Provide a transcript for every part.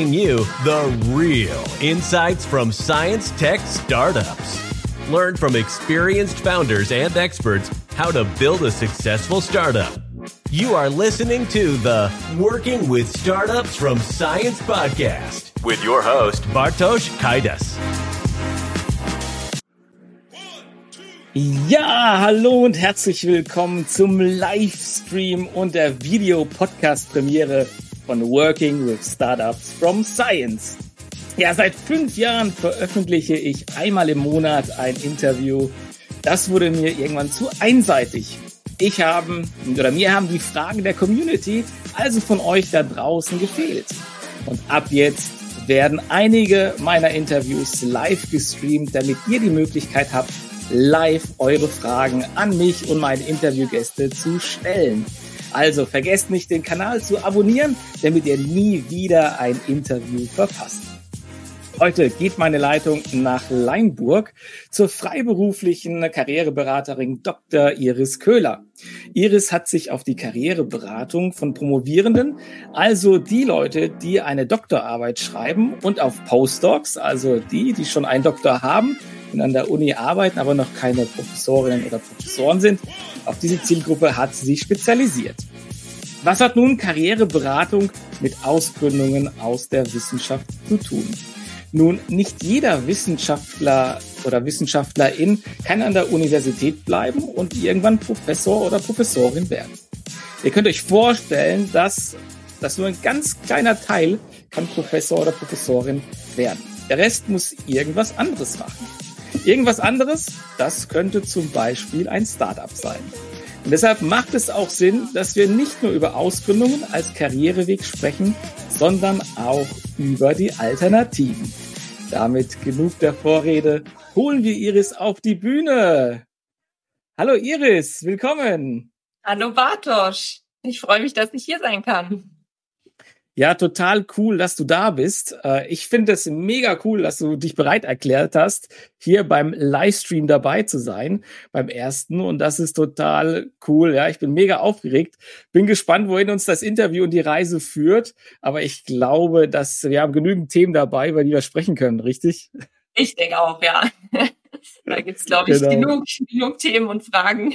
bringing you the real insights from science tech startups. Learn from experienced founders and experts how to build a successful startup. You are listening to the Working with Startups from Science podcast with your host, Bartosz Kaidas. Ja, hallo und herzlich willkommen zum Livestream und der Video-Podcast-Premiere von Working with Startups from Science. Ja, seit 5 Jahren veröffentliche ich einmal im Monat ein Interview. Das wurde mir irgendwann zu einseitig. Mir haben die Fragen der Community, also von euch da draußen, gefehlt. Und ab jetzt werden einige meiner Interviews live gestreamt, damit ihr die Möglichkeit habt, live eure Fragen an mich und meine Interviewgäste zu stellen. Also vergesst nicht, den Kanal zu abonnieren, damit ihr nie wieder ein Interview verpasst. Heute geht meine Leitung nach Leinburg zur freiberuflichen Karriereberaterin Dr. Iris Köhler. Iris hat sich auf die Karriereberatung von Promovierenden, also die Leute, die eine Doktorarbeit schreiben, und auf Postdocs, also die schon einen Doktor haben und an der Uni arbeiten, aber noch keine Professorinnen oder Professoren sind. Auf diese Zielgruppe hat sie sich spezialisiert. Was hat nun Karriereberatung mit Ausgründungen aus der Wissenschaft zu tun? Nun, nicht jeder Wissenschaftler oder Wissenschaftlerin kann an der Universität bleiben und irgendwann Professor oder Professorin werden. Ihr könnt euch vorstellen, dass nur ein ganz kleiner Teil kann Professor oder Professorin werden. Der Rest muss irgendwas anderes machen. Irgendwas anderes, das könnte zum Beispiel ein Startup sein. Und deshalb macht es auch Sinn, dass wir nicht nur über Ausgründungen als Karriereweg sprechen, sondern auch über die Alternativen. Damit genug der Vorrede, holen wir Iris auf die Bühne. Hallo Iris, willkommen. Hallo Bartosz, ich freue mich, dass ich hier sein kann. Ja, total cool, dass du da bist. Ich finde es mega cool, dass du dich bereit erklärt hast, hier beim Livestream dabei zu sein, beim ersten. Und das ist total cool. Ja, ich bin mega aufgeregt. Bin gespannt, wohin uns das Interview und die Reise führt. Aber ich glaube, dass wir haben genügend Themen dabei, über die wir sprechen können, richtig? Ich denke auch, ja. Da gibt's, glaube ich, genug Themen und Fragen.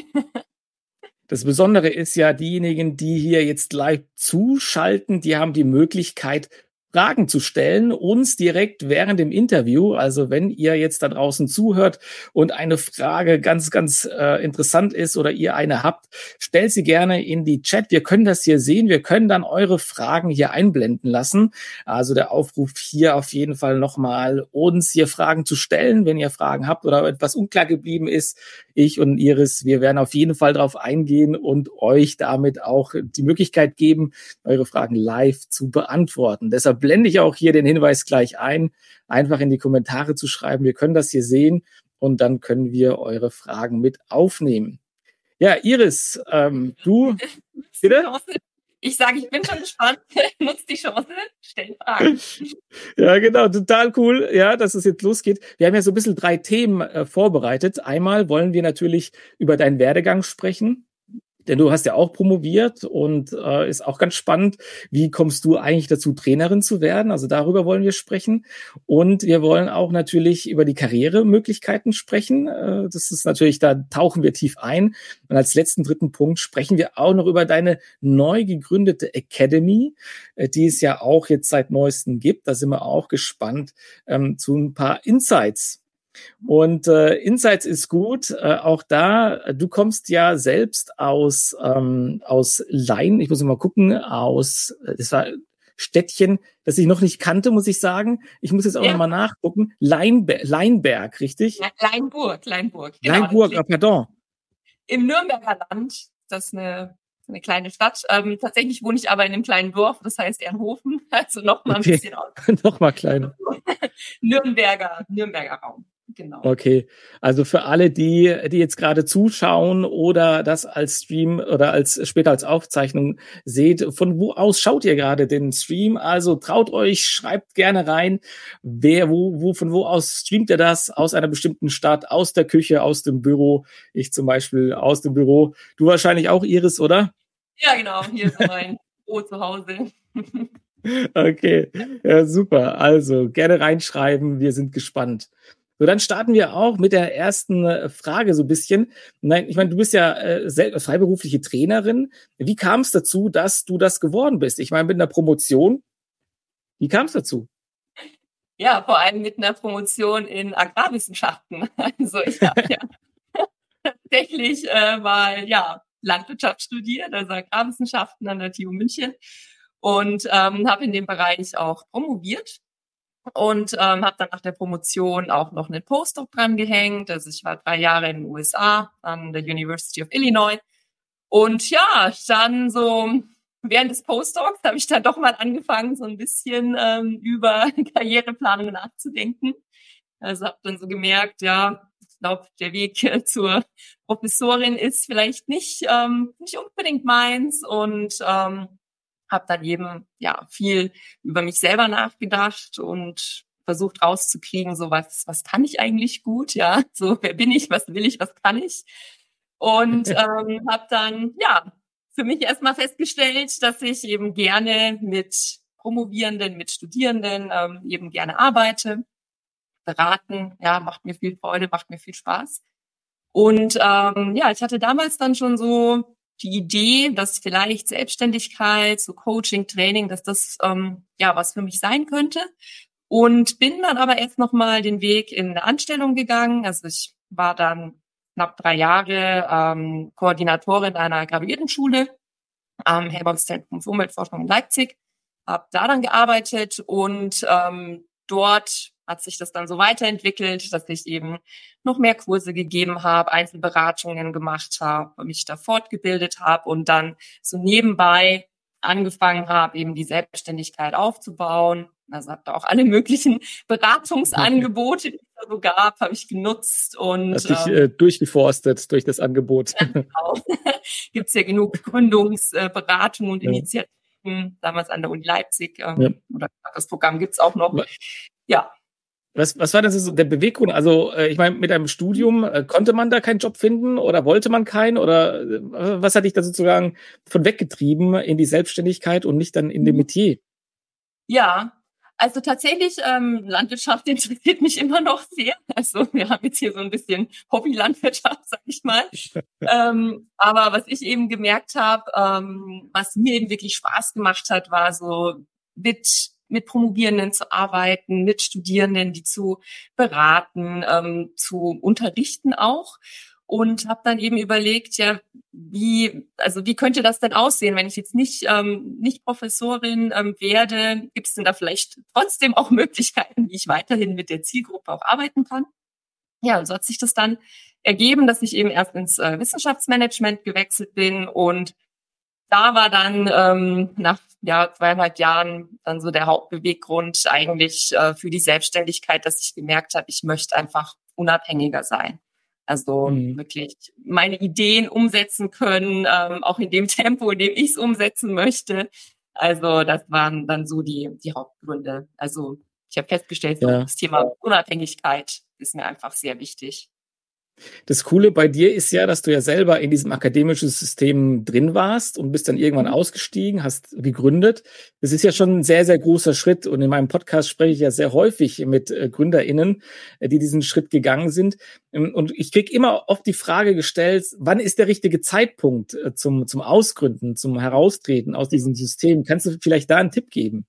Das Besondere ist ja, diejenigen, die hier jetzt live zuschalten, die haben die Möglichkeit, Fragen zu stellen, uns direkt während dem Interview. Also wenn ihr jetzt da draußen zuhört und eine Frage ganz interessant ist oder ihr eine habt, stellt sie gerne in die Chat. Wir können das hier sehen. Wir können dann eure Fragen hier einblenden lassen. Also der Aufruf hier auf jeden Fall nochmal, uns hier Fragen zu stellen, wenn ihr Fragen habt oder etwas unklar geblieben ist. Ich und Iris, wir werden auf jeden Fall darauf eingehen und euch damit auch die Möglichkeit geben, eure Fragen live zu beantworten. Deshalb blende ich auch hier den Hinweis gleich ein, einfach in die Kommentare zu schreiben. Wir können das hier sehen und dann können wir eure Fragen mit aufnehmen. Ja, Iris, du, bitte? Ich sage, ich bin schon gespannt. Nutzt die Chance, stell Fragen. Ja, genau, total cool, ja, dass es jetzt losgeht. Wir haben ja so ein bisschen 3 Themen vorbereitet. Einmal wollen wir natürlich über deinen Werdegang sprechen. Denn du hast ja auch promoviert und ist auch ganz spannend. Wie kommst du eigentlich dazu, Trainerin zu werden? Also darüber wollen wir sprechen. Und wir wollen auch natürlich über die Karrieremöglichkeiten sprechen. Das ist natürlich, da tauchen wir tief ein. Und als letzten 3. Punkt sprechen wir auch noch über deine neu gegründete Academy, die es ja auch jetzt seit neuestem gibt. Da sind wir auch gespannt zu ein paar Insights. Und Insights ist gut. Auch da, du kommst ja selbst aus Lein, ich muss mal gucken, das war Städtchen, das ich noch nicht kannte, muss ich sagen. Ich muss jetzt auch noch mal nachgucken. Leinberg, richtig? Ja, Leinburg. Genau. Leinburg, pardon. Im Nürnberger Land, das ist eine kleine Stadt. Tatsächlich wohne ich aber in einem kleinen Dorf, das heißt Ernhofen, also noch mal ein bisschen aus. Noch mal kleiner. Nürnberger Raum. Genau. Okay, also für alle, die jetzt gerade zuschauen oder das als Stream oder später als Aufzeichnung seht, von wo aus schaut ihr gerade den Stream? Also traut euch, schreibt gerne rein, von wo aus streamt ihr das? Aus einer bestimmten Stadt, aus der Küche, aus dem Büro. Ich zum Beispiel aus dem Büro. Du wahrscheinlich auch, Iris, oder? Ja, genau. Hier ist mein Büro zu Hause. Okay, ja, super. Also gerne reinschreiben, wir sind gespannt. So, dann starten wir auch mit der ersten Frage so ein bisschen. Nein, ich meine, du bist ja freiberufliche Trainerin. Wie kam es dazu, dass du das geworden bist? Ich meine, mit einer Promotion, wie kam es dazu? Ja, vor allem mit einer Promotion in Agrarwissenschaften. Also ich habe ja tatsächlich mal Landwirtschaft studiert, also Agrarwissenschaften an der TU München und habe in dem Bereich auch promoviert und habe dann nach der Promotion auch noch einen Postdoc dran gehängt. Also ich war 3 Jahre in den USA an der University of Illinois und ja, dann so während des Postdocs habe ich dann doch mal angefangen, so ein bisschen über Karriereplanung nachzudenken. Also habe dann so gemerkt, ja, ich glaube, der Weg zur Professorin ist vielleicht nicht unbedingt meins und habe dann eben viel über mich selber nachgedacht und versucht rauszukriegen, so was kann ich eigentlich gut, ja, so wer bin ich, was will ich, was kann ich und habe dann für mich erstmal festgestellt, dass ich eben gerne mit Promovierenden, mit Studierenden eben gerne arbeite. Beraten, ja, macht mir viel Freude, macht mir viel Spaß. Und ich hatte damals dann schon so die Idee, dass vielleicht Selbstständigkeit, so Coaching, Training, dass das was für mich sein könnte. Und bin dann aber erst nochmal den Weg in eine Anstellung gegangen. Also ich war dann knapp 3 Jahre Koordinatorin einer Graduiertenschule am Helmholtz-Zentrum für Umweltforschung in Leipzig. Habe da dann gearbeitet und dort hat sich das dann so weiterentwickelt, dass ich eben noch mehr Kurse gegeben habe, Einzelberatungen gemacht habe, mich da fortgebildet habe und dann so nebenbei angefangen habe, eben die Selbstständigkeit aufzubauen. Also habe da auch alle möglichen Beratungsangebote, die es da so gab, habe ich genutzt. Und hast dich durchgeforstet durch das Angebot. Genau. Gibt es ja genug Gründungsberatungen und Initiativen, damals an der Uni Leipzig. Oder das Programm gibt's auch noch. Ja. Was war denn so der Beweggrund? Also ich meine, mit einem Studium konnte man da keinen Job finden oder wollte man keinen? Oder was hat dich da sozusagen von weggetrieben in die Selbstständigkeit und nicht dann in dem Metier? Ja, also tatsächlich, Landwirtschaft interessiert mich immer noch sehr. Also wir haben jetzt hier so ein bisschen Hobby-Landwirtschaft, sag ich mal. Aber was ich eben gemerkt habe, was mir eben wirklich Spaß gemacht hat, war so mit Promovierenden zu arbeiten, mit Studierenden, die zu beraten, zu unterrichten auch. Und habe dann eben überlegt, ja, wie könnte das denn aussehen, wenn ich jetzt nicht Professorin werde? Gibt es denn da vielleicht trotzdem auch Möglichkeiten, wie ich weiterhin mit der Zielgruppe auch arbeiten kann? Ja, und so hat sich das dann ergeben, dass ich eben erst ins Wissenschaftsmanagement gewechselt bin und da war dann nach 2,5 Jahren dann so der Hauptbeweggrund eigentlich für die Selbstständigkeit, dass ich gemerkt habe, ich möchte einfach unabhängiger sein. Also wirklich meine Ideen umsetzen können, auch in dem Tempo, in dem ich es umsetzen möchte. Also das waren dann so die Hauptgründe. Also ich habe festgestellt, so das Thema Unabhängigkeit ist mir einfach sehr wichtig. Das Coole bei dir ist ja, dass du ja selber in diesem akademischen System drin warst und bist dann irgendwann ausgestiegen, hast gegründet. Das ist ja schon ein sehr, sehr großer Schritt. Und in meinem Podcast spreche ich ja sehr häufig mit GründerInnen, die diesen Schritt gegangen sind. Und ich kriege immer oft die Frage gestellt, wann ist der richtige Zeitpunkt zum Ausgründen, zum Heraustreten aus diesem System? Kannst du vielleicht da einen Tipp geben?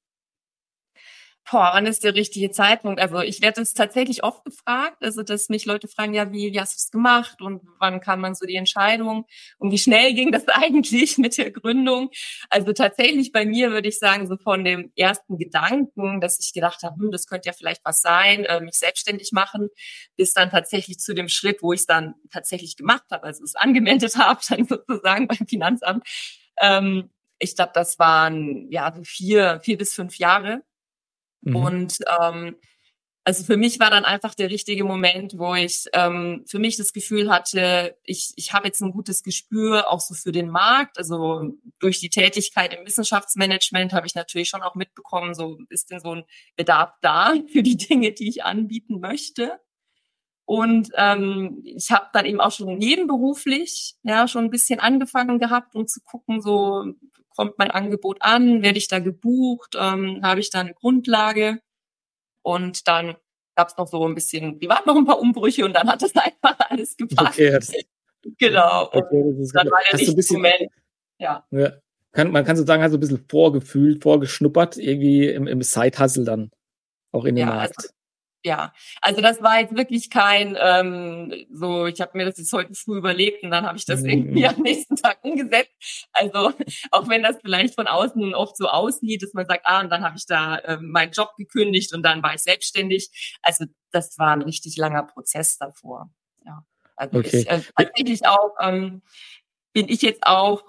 Wann ist der richtige Zeitpunkt? Also ich werde es tatsächlich oft gefragt, also dass mich Leute fragen, ja, wie hast du es gemacht und wann kam man so die Entscheidung und wie schnell ging das eigentlich mit der Gründung? Also tatsächlich bei mir würde ich sagen, so von dem ersten Gedanken, dass ich gedacht habe, das könnte ja vielleicht was sein, mich selbstständig machen, bis dann tatsächlich zu dem Schritt, wo ich es dann tatsächlich gemacht habe, also es angemeldet habe, dann sozusagen beim Finanzamt. Ich glaube, das waren so 4 bis 5 Jahre. Und also für mich war dann einfach der richtige Moment, wo ich für mich das Gefühl hatte, ich habe jetzt ein gutes Gespür auch so für den Markt. Also durch die Tätigkeit im Wissenschaftsmanagement habe ich natürlich schon auch mitbekommen, so ist denn so ein Bedarf da für die Dinge, die ich anbieten möchte. Und ich habe dann eben auch schon nebenberuflich schon ein bisschen angefangen gehabt, um zu gucken, so kommt mein Angebot an, werde ich da gebucht, habe ich da eine Grundlage. Und dann gab es noch so ein bisschen privat noch ein paar Umbrüche und dann hat das einfach alles gepasst. Okay, genau. Okay, Und dann war der richtige Moment. Ja. Man kann so sagen, hast du ein bisschen vorgefühlt, vorgeschnuppert, irgendwie im Side-Hustle dann auch in den Markt. Also das war jetzt wirklich kein ich habe mir das jetzt heute früh überlegt und dann habe ich das irgendwie am nächsten Tag umgesetzt. Also auch wenn das vielleicht von außen oft so aussieht, dass man sagt, und dann habe ich da meinen Job gekündigt und dann war ich selbstständig. Also das war ein richtig langer Prozess davor. Ja, also okay. Tatsächlich auch bin ich jetzt auch,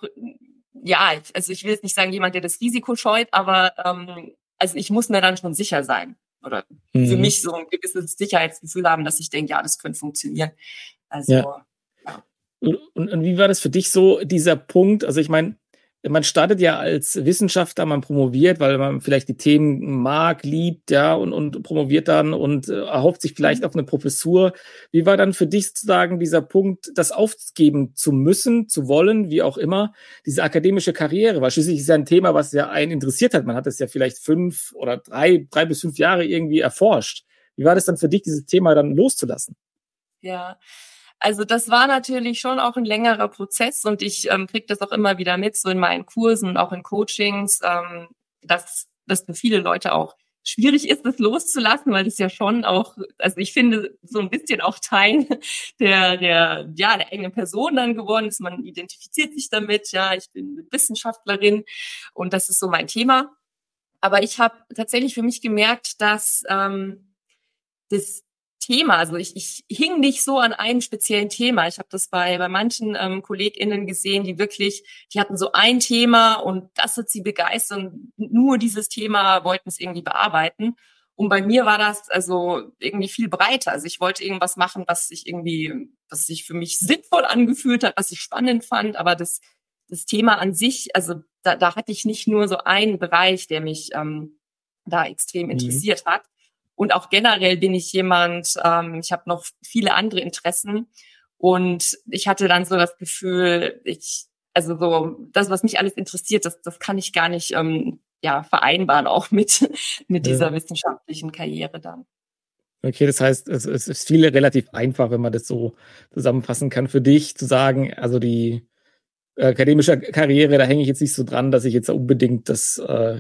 ich will jetzt nicht sagen jemand, der das Risiko scheut, aber also ich muss mir dann schon sicher sein. Oder für mich so ein gewisses Sicherheitsgefühl haben, dass ich denke, das könnte funktionieren. Also, ja. Und wie war das für dich so, dieser Punkt? Also ich meine, man startet ja als Wissenschaftler, man promoviert, weil man vielleicht die Themen mag, liebt, und promoviert dann und erhofft sich vielleicht auf eine Professur. Wie war dann für dich sozusagen dieser Punkt, das aufgeben zu müssen, zu wollen, wie auch immer, diese akademische Karriere? Weil schließlich ist ja ein Thema, was ja einen interessiert hat. Man hat es ja vielleicht 5 oder 3 bis 5 Jahre irgendwie erforscht. Wie war das dann für dich, dieses Thema dann loszulassen? Ja, also das war natürlich schon auch ein längerer Prozess und ich kriege das auch immer wieder mit, so in meinen Kursen und auch in Coachings, dass das für viele Leute auch schwierig ist, das loszulassen, weil es ja schon auch, also ich finde, so ein bisschen auch Teil der eigenen Person dann geworden ist. Man identifiziert sich damit, ich bin Wissenschaftlerin und das ist so mein Thema. Aber ich habe tatsächlich für mich gemerkt, dass das Thema, also ich hing nicht so an einem speziellen Thema. Ich habe das bei manchen KollegInnen gesehen, die hatten so ein Thema und das hat sie begeistert und nur dieses Thema wollten es irgendwie bearbeiten. Und bei mir war das also irgendwie viel breiter. Also ich wollte irgendwas machen, was sich für mich sinnvoll angefühlt hat, was ich spannend fand, aber das Thema an sich, also da hatte ich nicht nur so einen Bereich, der mich da extrem interessiert hat. Und auch generell bin ich jemand, ich habe noch viele andere Interessen und ich hatte dann so das Gefühl, so das, was mich alles interessiert, das kann ich gar nicht vereinbaren, auch mit dieser wissenschaftlichen Karriere dann. Okay, das heißt, es ist viel relativ einfach, wenn man das so zusammenfassen kann für dich, zu sagen, also die akademische Karriere, da hänge ich jetzt nicht so dran, dass ich jetzt unbedingt das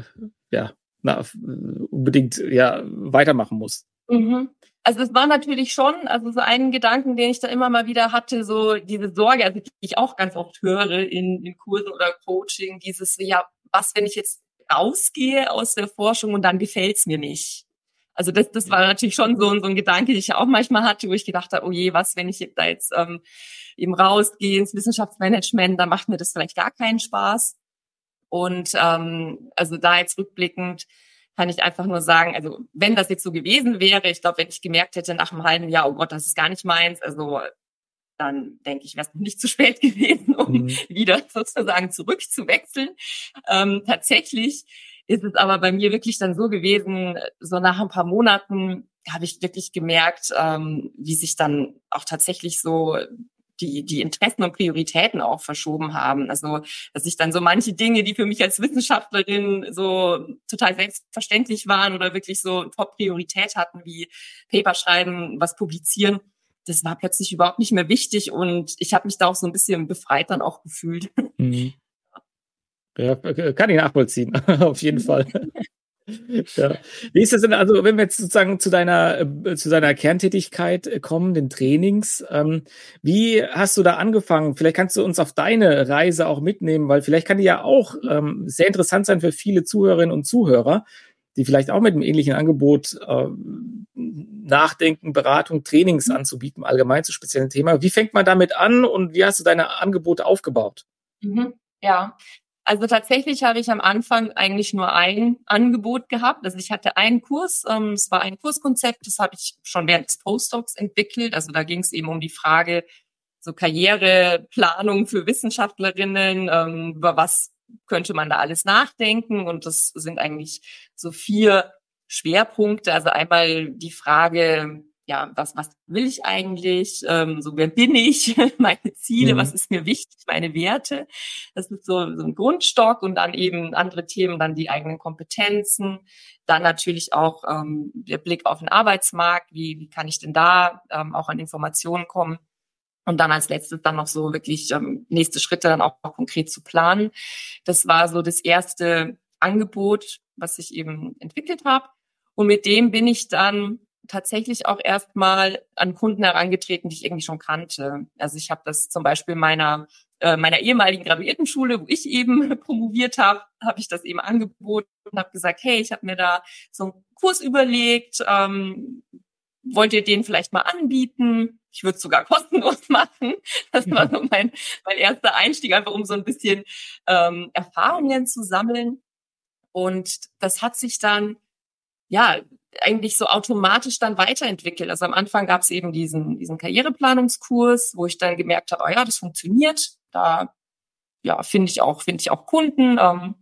weitermachen muss. Also es war natürlich schon, also so einen Gedanken, den ich da immer mal wieder hatte, so diese Sorge, also die ich auch ganz oft höre in Kursen oder Coaching, dieses, was, wenn ich jetzt rausgehe aus der Forschung und dann gefällt's mir nicht? Also das war natürlich schon so ein Gedanke, den ich ja auch manchmal hatte, wo ich gedacht habe, oh je, was, wenn ich da jetzt eben rausgehe ins Wissenschaftsmanagement, dann macht mir das vielleicht gar keinen Spaß. Und also da jetzt rückblickend kann ich einfach nur sagen, also wenn das jetzt so gewesen wäre, ich glaube, wenn ich gemerkt hätte nach einem halben Jahr, oh Gott, das ist gar nicht meins, also dann denke ich, wäre es noch nicht zu spät gewesen, um wieder sozusagen zurückzuwechseln. Tatsächlich ist es aber bei mir wirklich dann so gewesen, so nach ein paar Monaten habe ich wirklich gemerkt, wie sich dann auch tatsächlich so die Interessen und Prioritäten auch verschoben haben. Also, dass ich dann so manche Dinge, die für mich als Wissenschaftlerin so total selbstverständlich waren oder wirklich so Top-Priorität hatten, wie Paper schreiben, was publizieren, das war plötzlich überhaupt nicht mehr wichtig und ich habe mich da auch so ein bisschen befreit dann auch gefühlt. Ja, kann ich nachvollziehen, auf jeden Fall. Ja. Wie ist das denn, also wenn wir jetzt sozusagen zu deiner Kerntätigkeit kommen, den Trainings, wie hast du da angefangen? Vielleicht kannst du uns auf deine Reise auch mitnehmen, weil vielleicht kann die ja auch sehr interessant sein für viele Zuhörerinnen und Zuhörer, die vielleicht auch mit einem ähnlichen Angebot nachdenken, Beratung, Trainings anzubieten, allgemein zu speziellen Thema. Wie fängt man damit an und wie hast du deine Angebote aufgebaut? Ja. Also tatsächlich habe ich am Anfang eigentlich nur ein Angebot gehabt. Also ich hatte einen Kurs, es war ein Kurskonzept, das habe ich schon während des Postdocs entwickelt. Also da ging es eben um die Frage, so Karriereplanung für Wissenschaftlerinnen, über was könnte man da alles nachdenken. Und das sind eigentlich so 4 Schwerpunkte. Also einmal die Frage, was will ich eigentlich? So, wer bin ich? Meine Ziele, was ist mir wichtig? Meine Werte. Das ist so ein Grundstock und dann eben andere Themen, dann die eigenen Kompetenzen. Dann natürlich auch der Blick auf den Arbeitsmarkt. Wie kann ich denn da auch an Informationen kommen? Und dann als letztes dann noch so wirklich nächste Schritte dann auch konkret zu planen. Das war so das erste Angebot, was ich eben entwickelt habe. Und mit dem bin ich dann tatsächlich auch erstmal an Kunden herangetreten, die ich irgendwie schon kannte. Also ich habe das zum Beispiel meiner ehemaligen Graduiertenschule, wo ich eben promoviert habe ich das eben angeboten und habe gesagt, hey, ich habe mir da so einen Kurs überlegt, wollt ihr den vielleicht mal anbieten? Ich würde es sogar kostenlos machen. Das war so mein erster Einstieg, einfach um so ein bisschen Erfahrungen zu sammeln. Und das hat sich dann eigentlich so automatisch dann weiterentwickelt. Also am Anfang gab es eben diesen Karriereplanungskurs, wo ich dann gemerkt habe, das funktioniert. Da finde ich auch Kunden.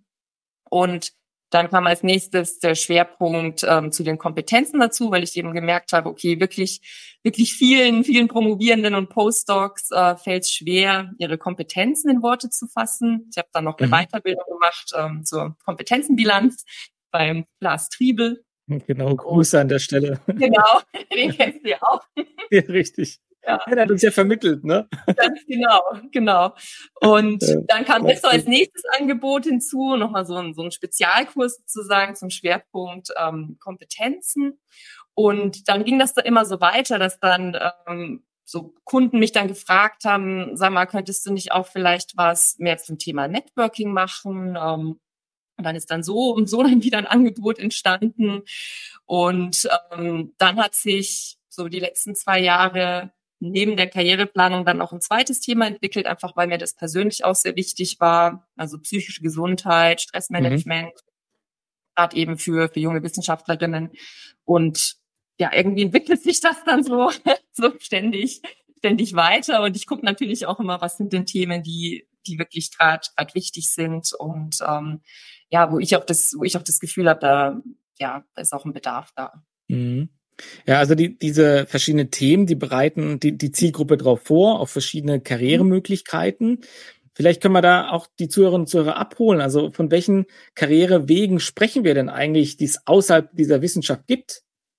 Und dann kam als nächstes der Schwerpunkt zu den Kompetenzen dazu, weil ich eben gemerkt habe, okay, wirklich vielen Promovierenden und Postdocs fällt es schwer, ihre Kompetenzen in Worte zu fassen. Ich habe dann noch eine Weiterbildung gemacht zur Kompetenzenbilanz beim Lars Triebel. Genau, Grüße an der Stelle. Genau, den kennst du ja auch. Ja, richtig. Ja. Der hat uns ja vermittelt, ne? Ganz genau. Und dann kam das so als nächstes Angebot hinzu, nochmal so ein Spezialkurs sozusagen zum Schwerpunkt Kompetenzen. Und dann ging das da immer so weiter, dass dann so Kunden mich dann gefragt haben, sag mal, könntest du nicht auch vielleicht was mehr zum Thema Networking machen? Und dann ist dann so dann wieder ein Angebot entstanden. Und dann hat sich so die letzten 2 Jahre neben der Karriereplanung dann auch ein zweites Thema entwickelt, einfach weil mir das persönlich auch sehr wichtig war. Also psychische Gesundheit, Stressmanagement, gerade eben für junge Wissenschaftlerinnen. Und irgendwie entwickelt sich das dann so ständig weiter. Und ich gucke natürlich auch immer, was sind denn Themen, die wirklich gerade wichtig sind und wo ich auch das Gefühl habe, da ist auch ein Bedarf da. Mhm. Ja, also diese verschiedenen Themen, die bereiten die Zielgruppe drauf vor, auf verschiedene Karrieremöglichkeiten. Vielleicht können wir da auch die Zuhörerinnen und Zuhörer abholen. Also von welchen Karrierewegen sprechen wir denn eigentlich, die es außerhalb dieser Wissenschaft gibt?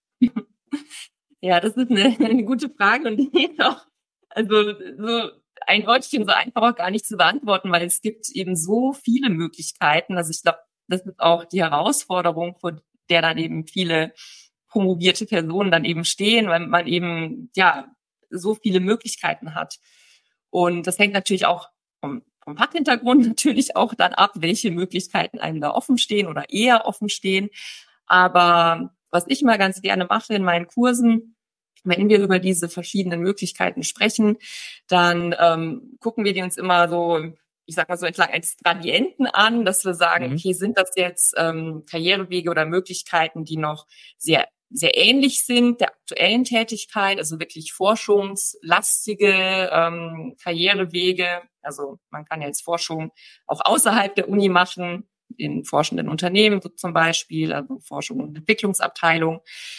Ja, das ist eine gute Frage und die ist auch so eindeutig und so einfach auch gar nicht zu beantworten, weil es gibt eben so viele Möglichkeiten. Also ich glaube, das ist auch die Herausforderung, vor der dann eben viele promovierte Personen dann eben stehen, weil man eben so viele Möglichkeiten hat. Und das hängt natürlich auch vom Fachhintergrund natürlich auch dann ab, welche Möglichkeiten einem da offen stehen oder eher offen stehen. Aber was ich mal ganz gerne mache in meinen Kursen, wenn wir über diese verschiedenen Möglichkeiten sprechen, dann gucken wir die uns immer so, ich sag mal so entlang eines Gradienten an, dass wir sagen, okay, sind das jetzt Karrierewege oder Möglichkeiten, die noch sehr, sehr ähnlich sind der aktuellen Tätigkeit, also wirklich forschungslastige Karrierewege. Also man kann jetzt Forschung auch außerhalb der Uni machen, in forschenden Unternehmen so zum Beispiel, also Forschung und Entwicklungsabteilung.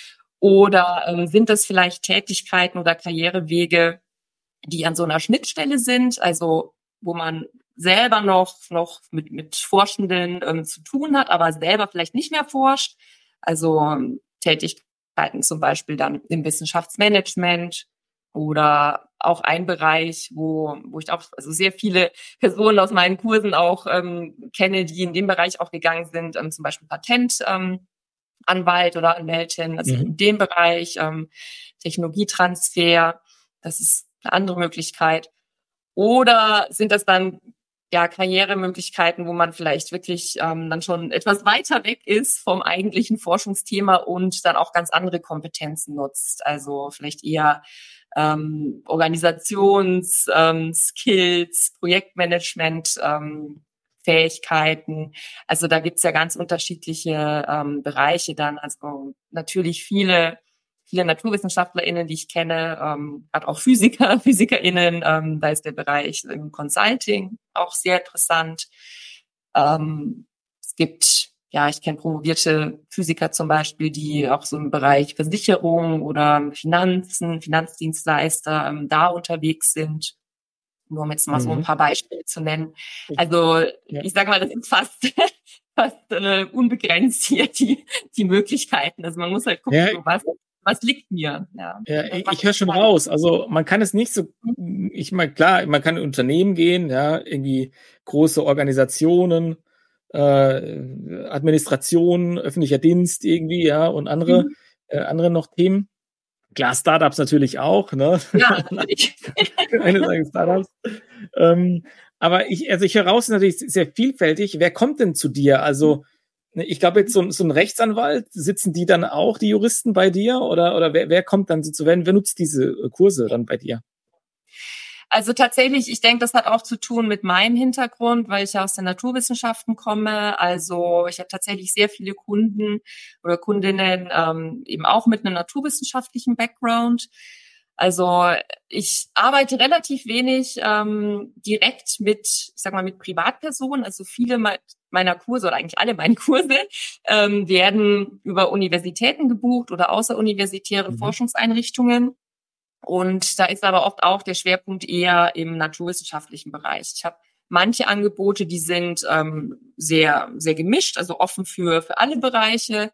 Oder sind das vielleicht Tätigkeiten oder Karrierewege, die an so einer Schnittstelle sind, also wo man selber noch mit Forschenden zu tun hat, aber selber vielleicht nicht mehr forscht. Also Tätigkeiten zum Beispiel dann im Wissenschaftsmanagement oder auch ein Bereich, wo ich auch sehr viele Personen aus meinen Kursen auch kenne, die in dem Bereich auch gegangen sind, zum Beispiel Patentanwalt oder Anwältin, also in dem Bereich Technologietransfer, das ist eine andere Möglichkeit. Oder sind das dann Karrieremöglichkeiten, wo man vielleicht wirklich dann schon etwas weiter weg ist vom eigentlichen Forschungsthema und dann auch ganz andere Kompetenzen nutzt. Also vielleicht eher Skills, Projektmanagement, Fähigkeiten. Also da gibt's ja ganz unterschiedliche Bereiche dann. Also natürlich viele NaturwissenschaftlerInnen, die ich kenne, gerade auch PhysikerInnen, da ist der Bereich im Consulting auch sehr interessant. Es gibt ich kenne promovierte Physiker zum Beispiel, die auch so im Bereich Versicherung oder Finanzen, Finanzdienstleister da unterwegs sind. Nur um jetzt mal so ein paar Beispiele zu nennen. Also ich sage mal, das ist fast unbegrenzt hier die Möglichkeiten. Also man muss halt gucken, was liegt mir. Ja, ich höre schon raus. Also man kann es nicht so, ich meine, klar, man kann in Unternehmen gehen, ja, irgendwie große Organisationen, Administration, öffentlicher Dienst irgendwie, ja, und andere noch Themen. Klar, Startups natürlich auch, ne? Ja, natürlich. Keine sagen Startups. Aber ich höre raus, ist natürlich sehr vielfältig. Wer kommt denn zu dir? Also, ich glaube, jetzt so ein Rechtsanwalt, sitzen die dann auch, die Juristen bei dir? Oder wer kommt dann so wer nutzt diese Kurse dann bei dir? Also tatsächlich, ich denke, das hat auch zu tun mit meinem Hintergrund, weil ich ja aus den Naturwissenschaften komme. Also ich habe tatsächlich sehr viele Kunden oder Kundinnen eben auch mit einem naturwissenschaftlichen Background. Also ich arbeite relativ wenig direkt mit Privatpersonen. Also viele meiner Kurse oder eigentlich alle meine Kurse werden über Universitäten gebucht oder außeruniversitäre Forschungseinrichtungen. Und da ist aber oft auch der Schwerpunkt eher im naturwissenschaftlichen Bereich. Ich habe manche Angebote, die sind sehr, sehr gemischt, also offen für alle Bereiche.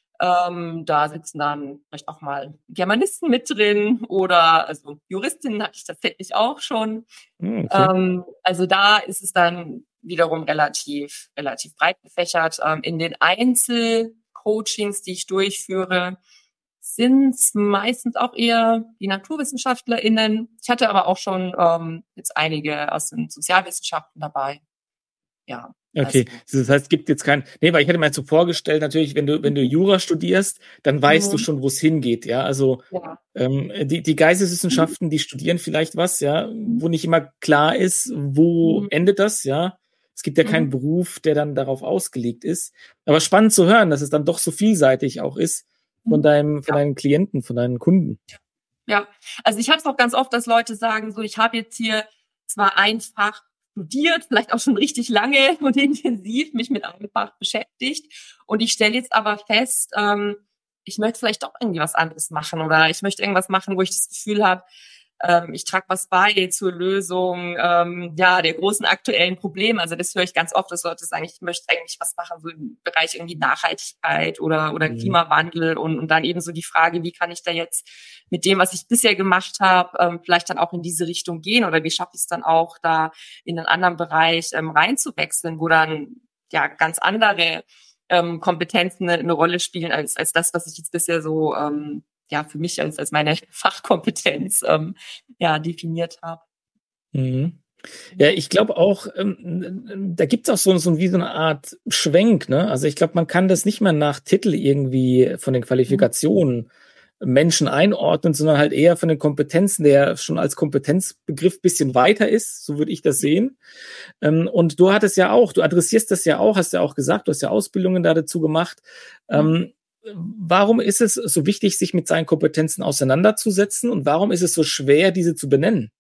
Da sitzen dann vielleicht auch mal Germanisten mit drin oder also Juristinnen hatte ich tatsächlich auch schon. Okay. Also da ist es dann wiederum relativ breit gefächert. In den Einzelcoachings, die ich durchführe, sind meistens auch eher die NaturwissenschaftlerInnen. Ich hatte aber auch schon jetzt einige aus den Sozialwissenschaften dabei. Ja. Okay, das heißt, es gibt jetzt weil ich hätte mir jetzt so vorgestellt, natürlich, wenn du Jura studierst, dann weißt du schon, wo es hingeht, ja, also die Geisteswissenschaften, die studieren vielleicht was, ja, wo nicht immer klar ist, wo endet das, ja, es gibt ja keinen Beruf, der dann darauf ausgelegt ist, aber spannend zu hören, dass es dann doch so vielseitig auch ist von deinen Klienten, von deinen Kunden. Ja, also ich habe es auch ganz oft, dass Leute sagen, so, ich habe jetzt hier zwar ein Fach studiert, vielleicht auch schon richtig lange und intensiv mich mit einem Fach beschäftigt. Und ich stelle jetzt aber fest, ich möchte vielleicht doch irgendwie was anderes machen oder ich möchte irgendwas machen, wo ich das Gefühl habe, ich trage was bei zur Lösung der großen aktuellen Probleme. Also das höre ich ganz oft, dass Leute sagen, ich möchte eigentlich was machen, so im Bereich irgendwie Nachhaltigkeit oder Klimawandel und dann eben so die Frage, wie kann ich da jetzt mit dem, was ich bisher gemacht habe, vielleicht dann auch in diese Richtung gehen oder wie schaffe ich es dann auch, da in einen anderen Bereich reinzuwechseln, wo dann ganz andere Kompetenzen eine Rolle spielen als das, was ich jetzt bisher so für mich als meine Fachkompetenz definiert habe. Ja, ich glaube auch, da gibt's auch so wie so eine Art Schwenk, ne? Also ich glaube, man kann das nicht mehr nach Titel irgendwie von den Qualifikationen Menschen einordnen, sondern halt eher von den Kompetenzen, der schon als Kompetenzbegriff bisschen weiter ist, so würde ich das sehen. Und du adressierst das ja auch, hast ja auch gesagt, du hast ja Ausbildungen da dazu gemacht. Warum ist es so wichtig, sich mit seinen Kompetenzen auseinanderzusetzen und warum ist es so schwer, diese zu benennen?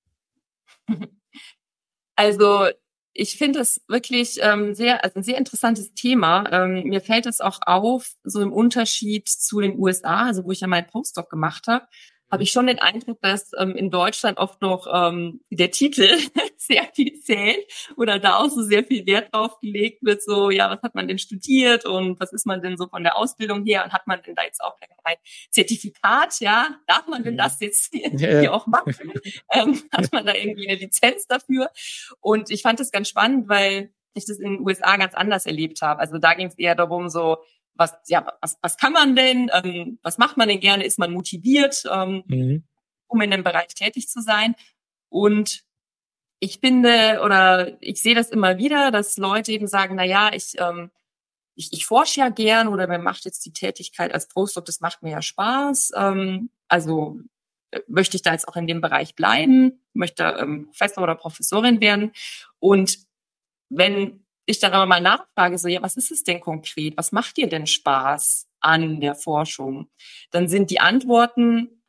Also ich finde es wirklich ein sehr interessantes Thema. Mir fällt es auch auf, so im Unterschied zu den USA, also wo ich ja meinen Postdoc gemacht habe ich schon den Eindruck, dass in Deutschland oft noch der Titel sehr viel zählt oder da auch so sehr viel Wert drauf gelegt wird, so, was hat man denn studiert und was ist man denn so von der Ausbildung her und hat man denn da jetzt auch ein Zertifikat, darf man denn das jetzt hier auch machen? Hat man da irgendwie eine Lizenz dafür? Und ich fand das ganz spannend, weil ich das in den USA ganz anders erlebt habe. Also da ging es eher darum, so, was kann man denn, was macht man denn gerne, ist man motiviert, um in dem Bereich tätig zu sein. Und ich finde, oder ich sehe das immer wieder, dass Leute eben sagen, ich forsche ja gern oder mir macht jetzt die Tätigkeit als Postdoc, das macht mir ja Spaß. Also möchte ich da jetzt auch in dem Bereich bleiben, möchte Professor oder Professorin werden. Und wenn ich dann aber mal nachfrage, so, was ist es denn konkret? Was macht dir denn Spaß an der Forschung? Dann sind die Antworten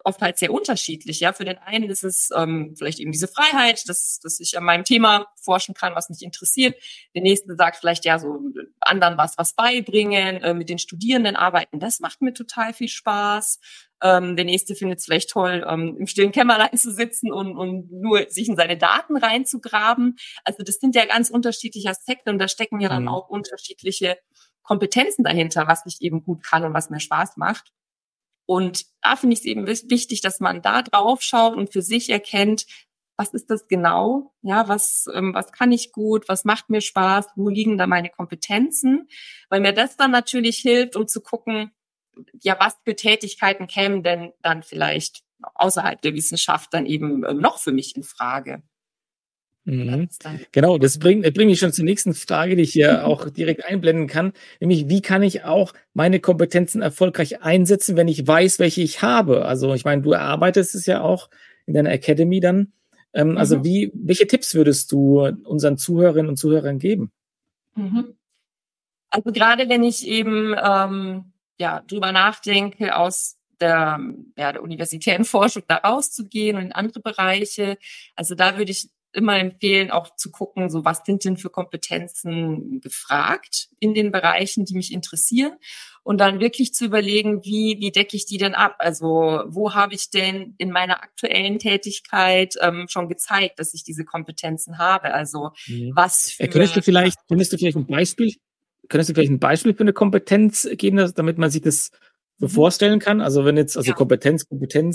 oft halt sehr unterschiedlich. Ja, für den einen ist es vielleicht eben diese Freiheit, dass ich an meinem Thema forschen kann, was mich interessiert. Der nächste sagt vielleicht ja so anderen was beibringen, mit den Studierenden arbeiten. Das macht mir total viel Spaß. Der nächste findet es vielleicht toll, im stillen Kämmerlein zu sitzen und nur sich in seine Daten reinzugraben. Also das sind ja ganz unterschiedliche Aspekte und da stecken ja dann auch unterschiedliche Kompetenzen dahinter, was ich eben gut kann und was mir Spaß macht. Und da finde ich es eben wichtig, dass man da drauf schaut und für sich erkennt, was ist das genau? Ja, was kann ich gut? Was macht mir Spaß? Wo liegen da meine Kompetenzen? Weil mir das dann natürlich hilft, um zu gucken, ja, was für Tätigkeiten kämen denn dann vielleicht außerhalb der Wissenschaft dann eben noch für mich in Frage? Mhm. Genau, das bringt mich schon zur nächsten Frage, die ich hier auch direkt einblenden kann, nämlich wie kann ich auch meine Kompetenzen erfolgreich einsetzen, wenn ich weiß, welche ich habe? Also ich meine, du erarbeitest es ja auch in deiner Academy dann. Also welche Tipps würdest du unseren Zuhörerinnen und Zuhörern geben? Also gerade wenn ich eben drüber nachdenke, aus der universitären Forschung da rauszugehen und in andere Bereiche, also da würde ich immer empfehlen, auch zu gucken, so was sind denn für Kompetenzen gefragt in den Bereichen, die mich interessieren und dann wirklich zu überlegen, wie decke ich die denn ab? Also wo habe ich denn in meiner aktuellen Tätigkeit schon gezeigt, dass ich diese Kompetenzen habe? Also was für... Könntest du vielleicht ein Beispiel für eine Kompetenz geben, damit man sich das so vorstellen kann? Also wenn jetzt, Kompetenz,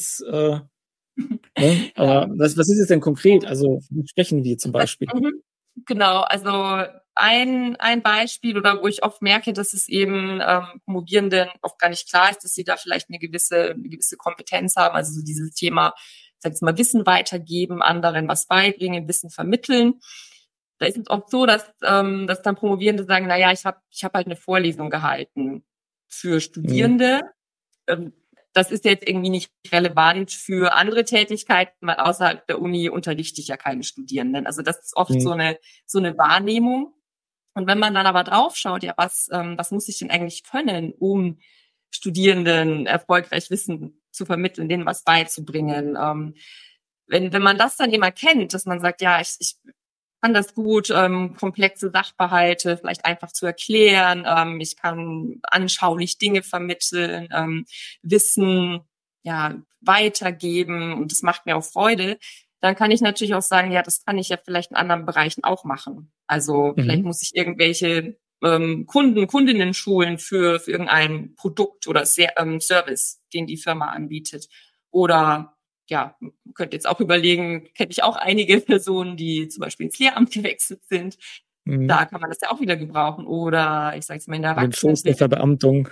ne? Aber was ist es denn konkret? Also wie sprechen wir zum Beispiel? Genau, also ein Beispiel oder wo ich oft merke, dass es eben Promovierenden oft gar nicht klar ist, dass sie da vielleicht eine gewisse Kompetenz haben. Also so dieses Thema, sag ich mal, Wissen weitergeben, anderen was beibringen, Wissen vermitteln. Da ist es oft so, dass dann Promovierende sagen, naja, ich hab halt eine Vorlesung gehalten für Studierende. Das ist jetzt irgendwie nicht relevant für andere Tätigkeiten, weil außerhalb der Uni unterrichte ich ja keine Studierenden. Also das ist oft so eine Wahrnehmung. Und wenn man dann aber draufschaut, ja, was muss ich denn eigentlich können, um Studierenden erfolgreich Wissen zu vermitteln, denen was beizubringen? Wenn man das dann eben erkennt, dass man sagt, ja, ich kann das gut, komplexe Sachverhalte vielleicht einfach zu erklären. Ich kann anschaulich Dinge vermitteln, Wissen weitergeben und das macht mir auch Freude. Dann kann ich natürlich auch sagen, ja, das kann ich ja vielleicht in anderen Bereichen auch machen. Also vielleicht muss ich irgendwelche Kundinnen schulen für irgendein Produkt oder Service, den die Firma anbietet. Oder ja, könnt jetzt auch überlegen, kenne ich auch einige Personen, die zum Beispiel ins Lehramt gewechselt sind. Da kann man das ja auch wieder gebrauchen. Oder ich sage jetzt mal in der Erwachsenen. Der Verbeamtung.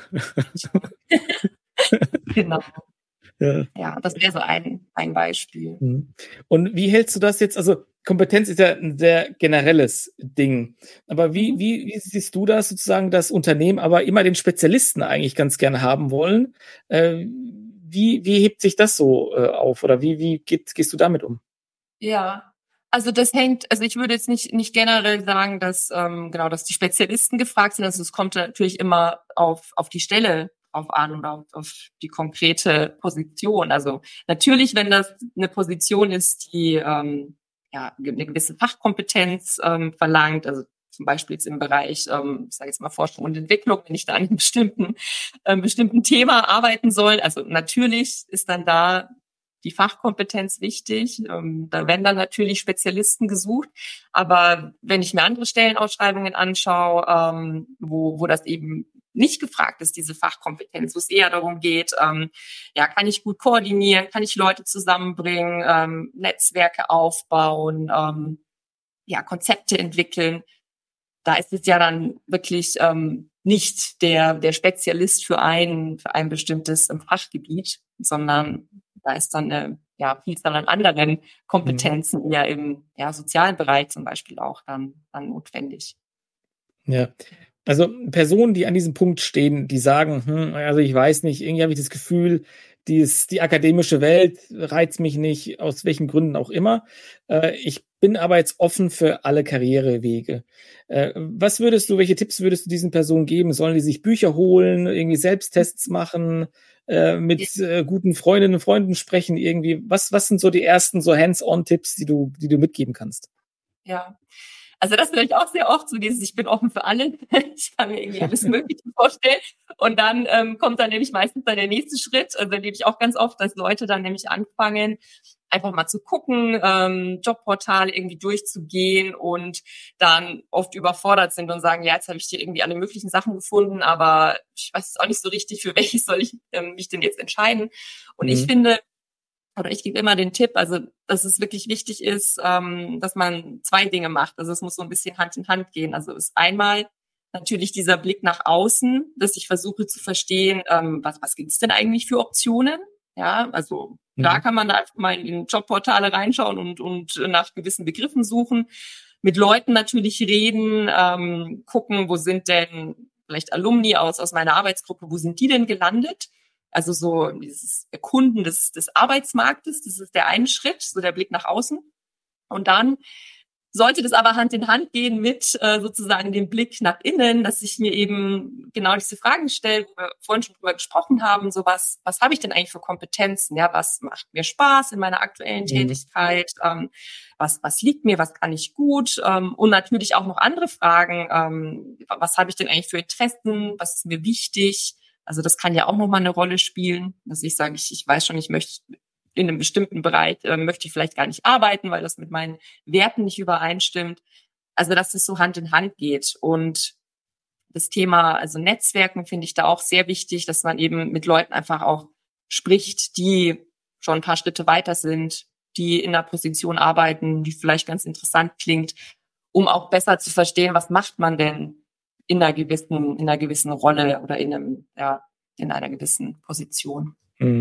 Genau. Ja, das wäre so ein Beispiel. Und wie hältst du das jetzt? Also Kompetenz ist ja ein sehr generelles Ding. Aber wie siehst du das sozusagen, dass Unternehmen aber immer den Spezialisten eigentlich ganz gerne haben wollen? Wie hebt sich das so auf oder wie gehst du damit um? Ja, also ich würde jetzt nicht generell sagen, dass dass die Spezialisten gefragt sind. Also es kommt natürlich immer auf die Stelle drauf an und auf die konkrete Position. Also natürlich, wenn das eine Position ist, die eine gewisse Fachkompetenz verlangt, also zum Beispiel jetzt im Bereich, ich sage jetzt mal Forschung und Entwicklung, wenn ich da an einem bestimmten Thema arbeiten soll. Also natürlich ist dann da die Fachkompetenz wichtig. Da werden dann natürlich Spezialisten gesucht. Aber wenn ich mir andere Stellenausschreibungen anschaue, wo das eben nicht gefragt ist, diese Fachkompetenz, wo es eher darum geht, kann ich gut koordinieren, kann ich Leute zusammenbringen, Netzwerke aufbauen, Konzepte entwickeln. Da ist es ja dann wirklich nicht der Spezialist für ein bestimmtes Fachgebiet, sondern da ist dann eine Vielzahl an anderen Kompetenzen eher im sozialen Bereich zum Beispiel auch dann notwendig. Ja, also Personen, die an diesem Punkt stehen, die sagen, also ich weiß nicht, irgendwie habe ich das Gefühl, die akademische Welt reizt mich nicht, aus welchen Gründen auch immer. Ich bin aber jetzt offen für alle Karrierewege. Welche Tipps würdest du diesen Personen geben? Sollen die sich Bücher holen, irgendwie Selbsttests machen, mit guten Freundinnen und Freunden sprechen irgendwie? Was sind so die ersten so Hands-on-Tipps, die du mitgeben kannst? Ja. Also das höre ich auch sehr oft, so dieses, ich bin offen für alle, ich kann mir irgendwie alles Mögliche vorstellen. Und dann kommt dann nämlich meistens dann der nächste Schritt, also erlebe ich auch ganz oft, dass Leute dann nämlich anfangen, einfach mal zu gucken, Jobportale irgendwie durchzugehen und dann oft überfordert sind und sagen, ja, jetzt habe ich hier irgendwie alle möglichen Sachen gefunden, aber ich weiß jetzt auch nicht so richtig, für welches soll ich mich denn jetzt entscheiden. Und ich finde, oder ich gebe immer den Tipp, also dass es wirklich wichtig ist, dass man zwei Dinge macht. Also es muss so ein bisschen Hand in Hand gehen. Also ist einmal natürlich dieser Blick nach außen, dass ich versuche zu verstehen, was gibt es denn eigentlich für Optionen? Ja, also da kann man da einfach mal in Jobportale reinschauen und nach gewissen Begriffen suchen, mit Leuten natürlich reden, gucken, wo sind denn vielleicht Alumni aus meiner Arbeitsgruppe, wo sind die denn gelandet? Also so dieses Erkunden des Arbeitsmarktes, das ist der eine Schritt, so der Blick nach außen. Und dann sollte das aber Hand in Hand gehen mit sozusagen dem Blick nach innen, dass ich mir eben genau diese Fragen stelle, wo wir vorhin schon drüber gesprochen haben, so was habe ich denn eigentlich für Kompetenzen? Ja, was macht mir Spaß in meiner aktuellen Tätigkeit? Was liegt mir? Was kann ich gut? Und natürlich auch noch andere Fragen. Was habe ich denn eigentlich für Interessen? Was ist mir wichtig? Also das kann ja auch nochmal eine Rolle spielen, dass ich sage, ich weiß schon, ich möchte in einem bestimmten Bereich, möchte ich vielleicht gar nicht arbeiten, weil das mit meinen Werten nicht übereinstimmt. Also dass es so Hand in Hand geht. Und das Thema, also Netzwerken finde ich da auch sehr wichtig, dass man eben mit Leuten einfach auch spricht, die schon ein paar Schritte weiter sind, die in einer Position arbeiten, die vielleicht ganz interessant klingt, um auch besser zu verstehen, was macht man denn in einer gewissen Rolle oder in einer gewissen Position.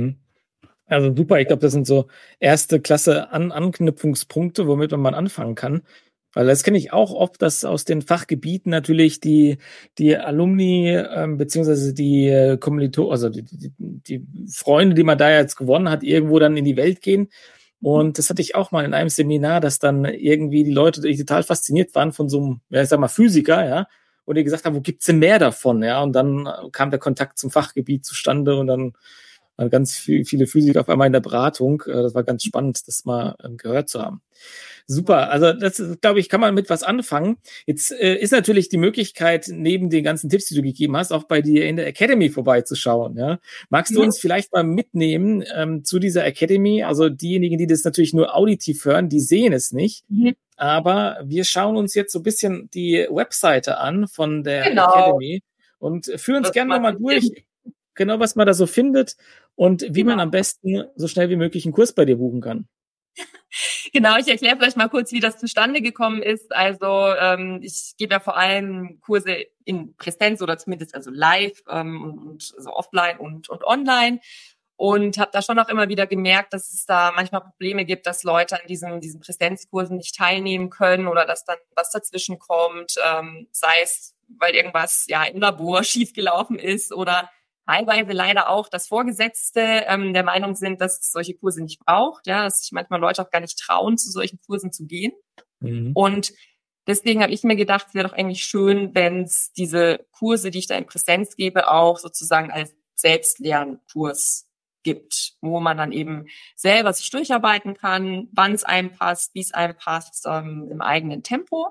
Also super, ich glaube, das sind so erste Klasse Anknüpfungspunkte, womit man mal anfangen kann. Weil das kenne ich auch oft, dass aus den Fachgebieten natürlich die Alumni beziehungsweise die Kommilitonen, also die Freunde, die man da jetzt gewonnen hat, irgendwo dann in die Welt gehen. Und das hatte ich auch mal in einem Seminar, dass dann irgendwie die Leute, die total fasziniert waren von so einem, ja, ich sag mal, Physiker, ja, und die gesagt haben, wo gibt's denn mehr davon, ja? Und dann kam der Kontakt zum Fachgebiet zustande und dann waren ganz viele Physiker auf einmal in der Beratung. Das war ganz spannend, das mal gehört zu haben. Super, also das, glaube ich, kann man mit was anfangen. Jetzt ist natürlich die Möglichkeit, neben den ganzen Tipps, die du gegeben hast, auch bei dir in der Academy vorbeizuschauen. Ja? Magst du uns vielleicht mal mitnehmen zu dieser Academy? Also diejenigen, die das natürlich nur auditiv hören, die sehen es nicht. Aber wir schauen uns jetzt so ein bisschen die Webseite an von der Academy und führen uns gerne nochmal durch, genau was man da so findet und wie man am besten so schnell wie möglich einen Kurs bei dir buchen kann. Genau, ich erkläre vielleicht mal kurz, wie das zustande gekommen ist. Also ich gebe ja vor allem Kurse in Präsenz oder zumindest also live und also offline und online. Und habe da schon auch immer wieder gemerkt, dass es da manchmal Probleme gibt, dass Leute an diesen Präsenzkursen nicht teilnehmen können oder dass dann was dazwischen kommt, sei es, weil irgendwas ja im Labor schiefgelaufen ist oder teilweise leider auch, dass Vorgesetzte der Meinung sind, dass es solche Kurse nicht braucht, ja, dass sich manchmal Leute auch gar nicht trauen, zu solchen Kursen zu gehen. Und deswegen habe ich mir gedacht, es wäre doch eigentlich schön, wenn es diese Kurse, die ich da in Präsenz gebe, auch sozusagen als Selbstlernkurs gibt, wo man dann eben selber sich durcharbeiten kann, wann es einem passt, wie es einem passt, im eigenen Tempo.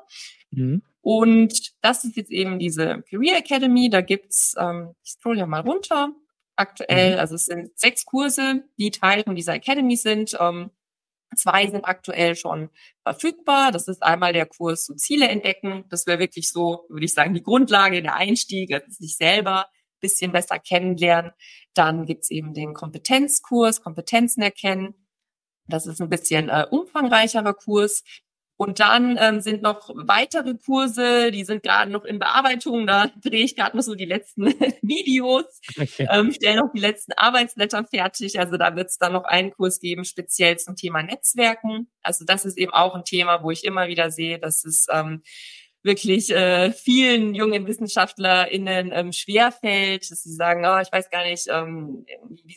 Und das ist jetzt eben diese Career Academy. Da gibt's, ich scroll ja mal runter, aktuell, also es sind 6 Kurse, die Teil von dieser Academy sind. 2 sind aktuell schon verfügbar. Das ist einmal der Kurs so Ziele entdecken. Das wäre wirklich so, würde ich sagen, die Grundlage, der Einstieg, also sich selber ein bisschen besser kennenlernen. Dann gibt's eben den Kompetenzkurs, Kompetenzen erkennen. Das ist ein bisschen umfangreicherer Kurs. Und dann sind noch weitere Kurse, die sind gerade noch in Bearbeitung. Da drehe ich gerade noch so die letzten Videos, stelle noch die letzten Arbeitsblätter fertig. Also da wird es dann noch einen Kurs geben, speziell zum Thema Netzwerken. Also das ist eben auch ein Thema, wo ich immer wieder sehe, dass es wirklich vielen jungen WissenschaftlerInnen schwerfällt, dass sie sagen, ich weiß gar nicht, wie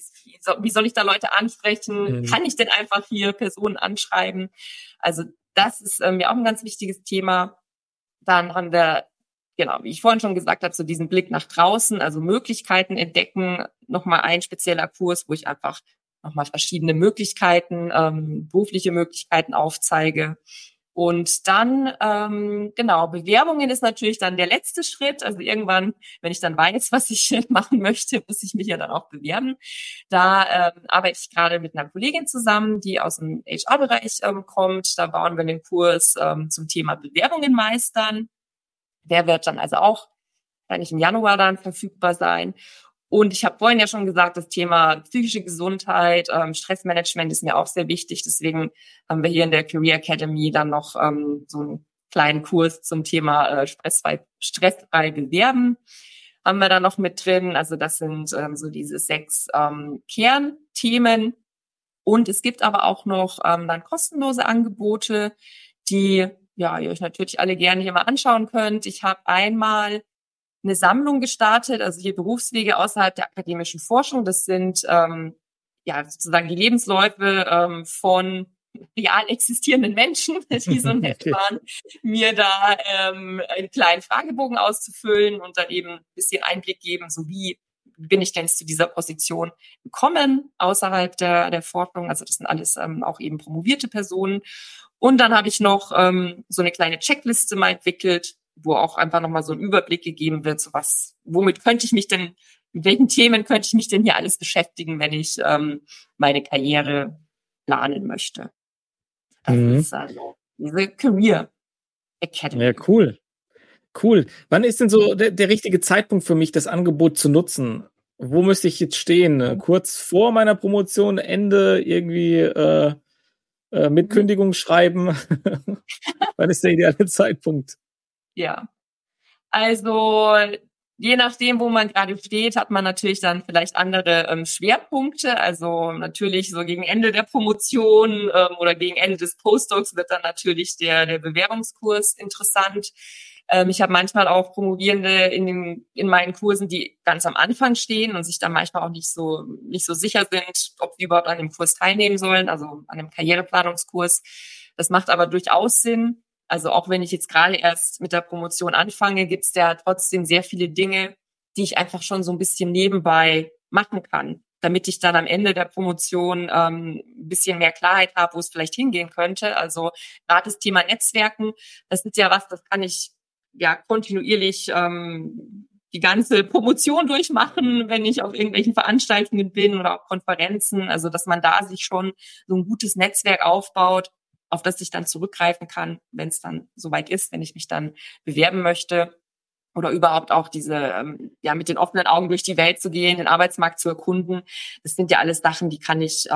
wie soll ich da Leute ansprechen? Kann ich denn einfach hier Personen anschreiben? Also das ist mir auch ein ganz wichtiges Thema. Dann haben wir, genau, wie ich vorhin schon gesagt habe, so diesen Blick nach draußen, also Möglichkeiten entdecken. Nochmal ein spezieller Kurs, wo ich einfach nochmal verschiedene Möglichkeiten, berufliche Möglichkeiten aufzeige. Und dann, genau, Bewerbungen ist natürlich dann der letzte Schritt. Also irgendwann, wenn ich dann weiß, was ich machen möchte, muss ich mich ja dann auch bewerben. Da arbeite ich gerade mit einer Kollegin zusammen, die aus dem HR-Bereich kommt. Da bauen wir den Kurs zum Thema Bewerbungen meistern. Der wird dann also auch wahrscheinlich im Januar dann verfügbar sein. Und ich habe vorhin ja schon gesagt, das Thema psychische Gesundheit, Stressmanagement ist mir auch sehr wichtig. Deswegen haben wir hier in der Career Academy dann noch so einen kleinen Kurs zum Thema stressfrei bewerben. Haben wir da noch mit drin. Also das sind so diese 6 Kernthemen. Und es gibt aber auch noch dann kostenlose Angebote, die ihr euch natürlich alle gerne hier mal anschauen könnt. Ich habe einmal eine Sammlung gestartet, also hier Berufswege außerhalb der akademischen Forschung. Das sind sozusagen die Lebensläufe von real existierenden Menschen, die so nett waren, mir da einen kleinen Fragebogen auszufüllen und dann eben ein bisschen Einblick geben, so wie bin ich denn zu dieser Position gekommen außerhalb der Forschung. Also das sind alles auch eben promovierte Personen. Und dann habe ich noch so eine kleine Checkliste mal entwickelt, wo auch einfach nochmal so ein Überblick gegeben wird, so mit welchen Themen könnte ich mich denn hier alles beschäftigen, wenn ich meine Karriere planen möchte. Das ist also diese Career Academy. Ja, cool. Wann ist denn so der richtige Zeitpunkt für mich, das Angebot zu nutzen? Wo müsste ich jetzt stehen? Kurz vor meiner Promotion, Ende irgendwie mit Kündigung schreiben? Wann ist der ideale Zeitpunkt? Ja, also je nachdem, wo man gerade steht, hat man natürlich dann vielleicht andere Schwerpunkte. Also natürlich so gegen Ende der Promotion oder gegen Ende des Postdocs wird dann natürlich der Bewerbungskurs interessant. Ich habe manchmal auch Promovierende in meinen Kursen, die ganz am Anfang stehen und sich dann manchmal auch nicht so sicher sind, ob sie überhaupt an dem Kurs teilnehmen sollen, also an dem Karriereplanungskurs. Das macht aber durchaus Sinn. Also auch wenn ich jetzt gerade erst mit der Promotion anfange, gibt es ja trotzdem sehr viele Dinge, die ich einfach schon so ein bisschen nebenbei machen kann, damit ich dann am Ende der Promotion ein bisschen mehr Klarheit habe, wo es vielleicht hingehen könnte. Also gerade das Thema Netzwerken, das ist ja was, das kann ich ja kontinuierlich die ganze Promotion durchmachen, wenn ich auf irgendwelchen Veranstaltungen bin oder auf Konferenzen. Also dass man da sich schon so ein gutes Netzwerk aufbaut, auf das ich dann zurückgreifen kann, wenn es dann soweit ist, wenn ich mich dann bewerben möchte oder überhaupt auch diese, mit den offenen Augen durch die Welt zu gehen, den Arbeitsmarkt zu erkunden. Das sind ja alles Sachen, die kann ich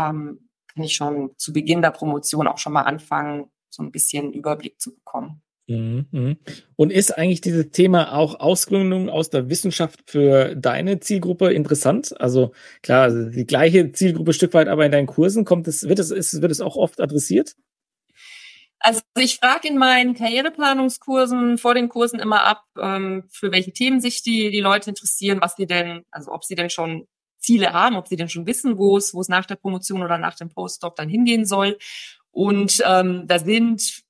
schon zu Beginn der Promotion auch schon mal anfangen, so ein bisschen Überblick zu bekommen. Und ist eigentlich dieses Thema auch Ausgründung aus der Wissenschaft für deine Zielgruppe interessant? Also klar, die gleiche Zielgruppe Stück weit, aber in deinen Kursen wird es auch oft adressiert? Also ich frage in meinen Karriereplanungskursen vor den Kursen immer ab, für welche Themen sich die Leute interessieren, ob sie denn schon Ziele haben, ob sie denn schon wissen, wo es nach der Promotion oder nach dem Postdoc dann hingehen soll. Und da sind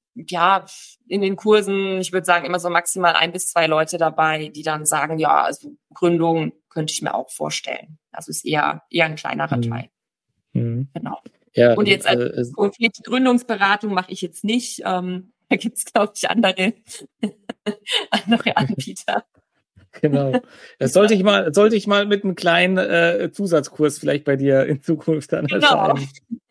in den Kursen, ich würde sagen, immer so maximal 1 bis 2 Leute dabei, die dann sagen, ja, also Gründung könnte ich mir auch vorstellen. Also ist eher ein kleinerer Teil. Genau. Ja, und jetzt konkrete Gründungsberatung mache ich jetzt nicht. Da gibt es, glaube ich, andere Anbieter. Genau. Das sollte ich mal mit einem kleinen Zusatzkurs vielleicht bei dir in Zukunft dann erscheinen.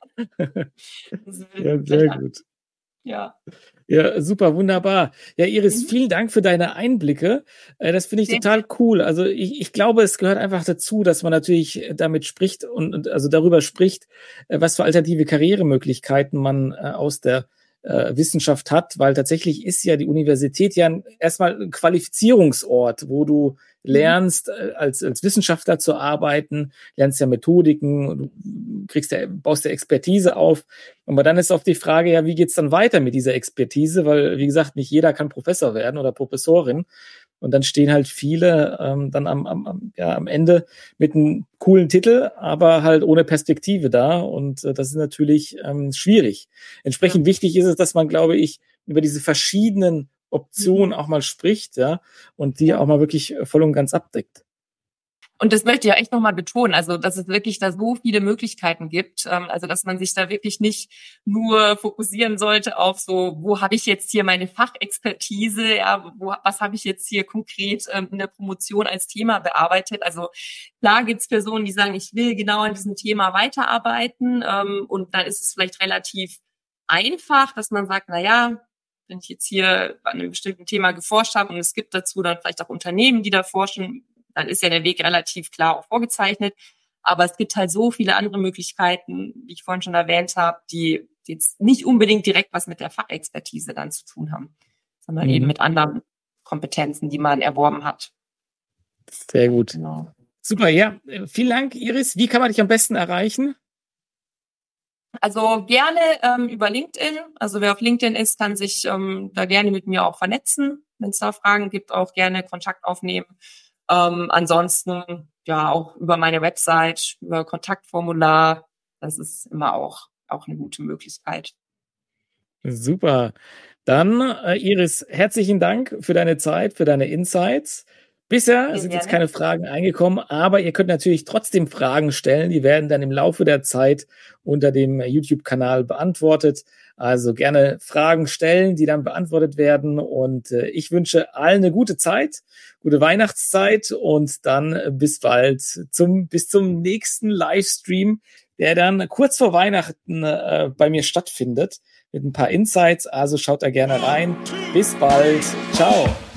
Ja, sehr gut. Ja, super, wunderbar. Ja, Iris, vielen Dank für deine Einblicke. Das finde ich total cool. Also ich glaube, es gehört einfach dazu, dass man natürlich damit spricht und also darüber spricht, was für alternative Karrieremöglichkeiten man aus der Wissenschaft hat, weil tatsächlich ist ja die Universität ja erstmal ein Qualifizierungsort, wo du lernst, als Wissenschaftler zu arbeiten, lernst ja Methodiken, baust ja Expertise auf. Aber dann ist oft die Frage, ja, wie geht's dann weiter mit dieser Expertise? Weil, wie gesagt, nicht jeder kann Professor werden oder Professorin. Und dann stehen halt viele dann am Ende mit einem coolen Titel, aber halt ohne Perspektive da. Und das ist natürlich schwierig. Entsprechend wichtig ist es, dass man, glaube ich, über diese verschiedenen Optionen auch mal spricht, ja, und die auch mal wirklich voll und ganz abdeckt. Und das möchte ich ja echt nochmal betonen, also dass es wirklich da so viele Möglichkeiten gibt, also dass man sich da wirklich nicht nur fokussieren sollte auf so, wo habe ich jetzt hier meine Fachexpertise, ja, was habe ich jetzt hier konkret in der Promotion als Thema bearbeitet. Also klar gibt's Personen, die sagen, ich will genau an diesem Thema weiterarbeiten, und dann ist es vielleicht relativ einfach, dass man sagt, na ja, wenn ich jetzt hier an einem bestimmten Thema geforscht habe und es gibt dazu dann vielleicht auch Unternehmen, die da forschen, dann ist ja der Weg relativ klar auch vorgezeichnet. Aber es gibt halt so viele andere Möglichkeiten, wie ich vorhin schon erwähnt habe, die jetzt nicht unbedingt direkt was mit der Fachexpertise dann zu tun haben, sondern eben mit anderen Kompetenzen, die man erworben hat. Sehr gut. Genau. Super, ja. Vielen Dank, Iris. Wie kann man dich am besten erreichen? Also gerne über LinkedIn. Also wer auf LinkedIn ist, kann sich da gerne mit mir auch vernetzen. Wenn es da Fragen gibt, auch gerne Kontakt aufnehmen. Ansonsten ja auch über meine Website, über Kontaktformular. Das ist immer auch eine gute Möglichkeit. Super. Dann, Iris, herzlichen Dank für deine Zeit, für deine Insights. Bisher sind jetzt keine Fragen eingekommen, aber ihr könnt natürlich trotzdem Fragen stellen. Die werden dann im Laufe der Zeit unter dem YouTube-Kanal beantwortet. Also gerne Fragen stellen, die dann beantwortet werden. Und ich wünsche allen eine gute Zeit, gute Weihnachtszeit und dann bis bald, bis zum nächsten Livestream, der dann kurz vor Weihnachten bei mir stattfindet mit ein paar Insights. Also schaut da gerne rein. Bis bald. Ciao.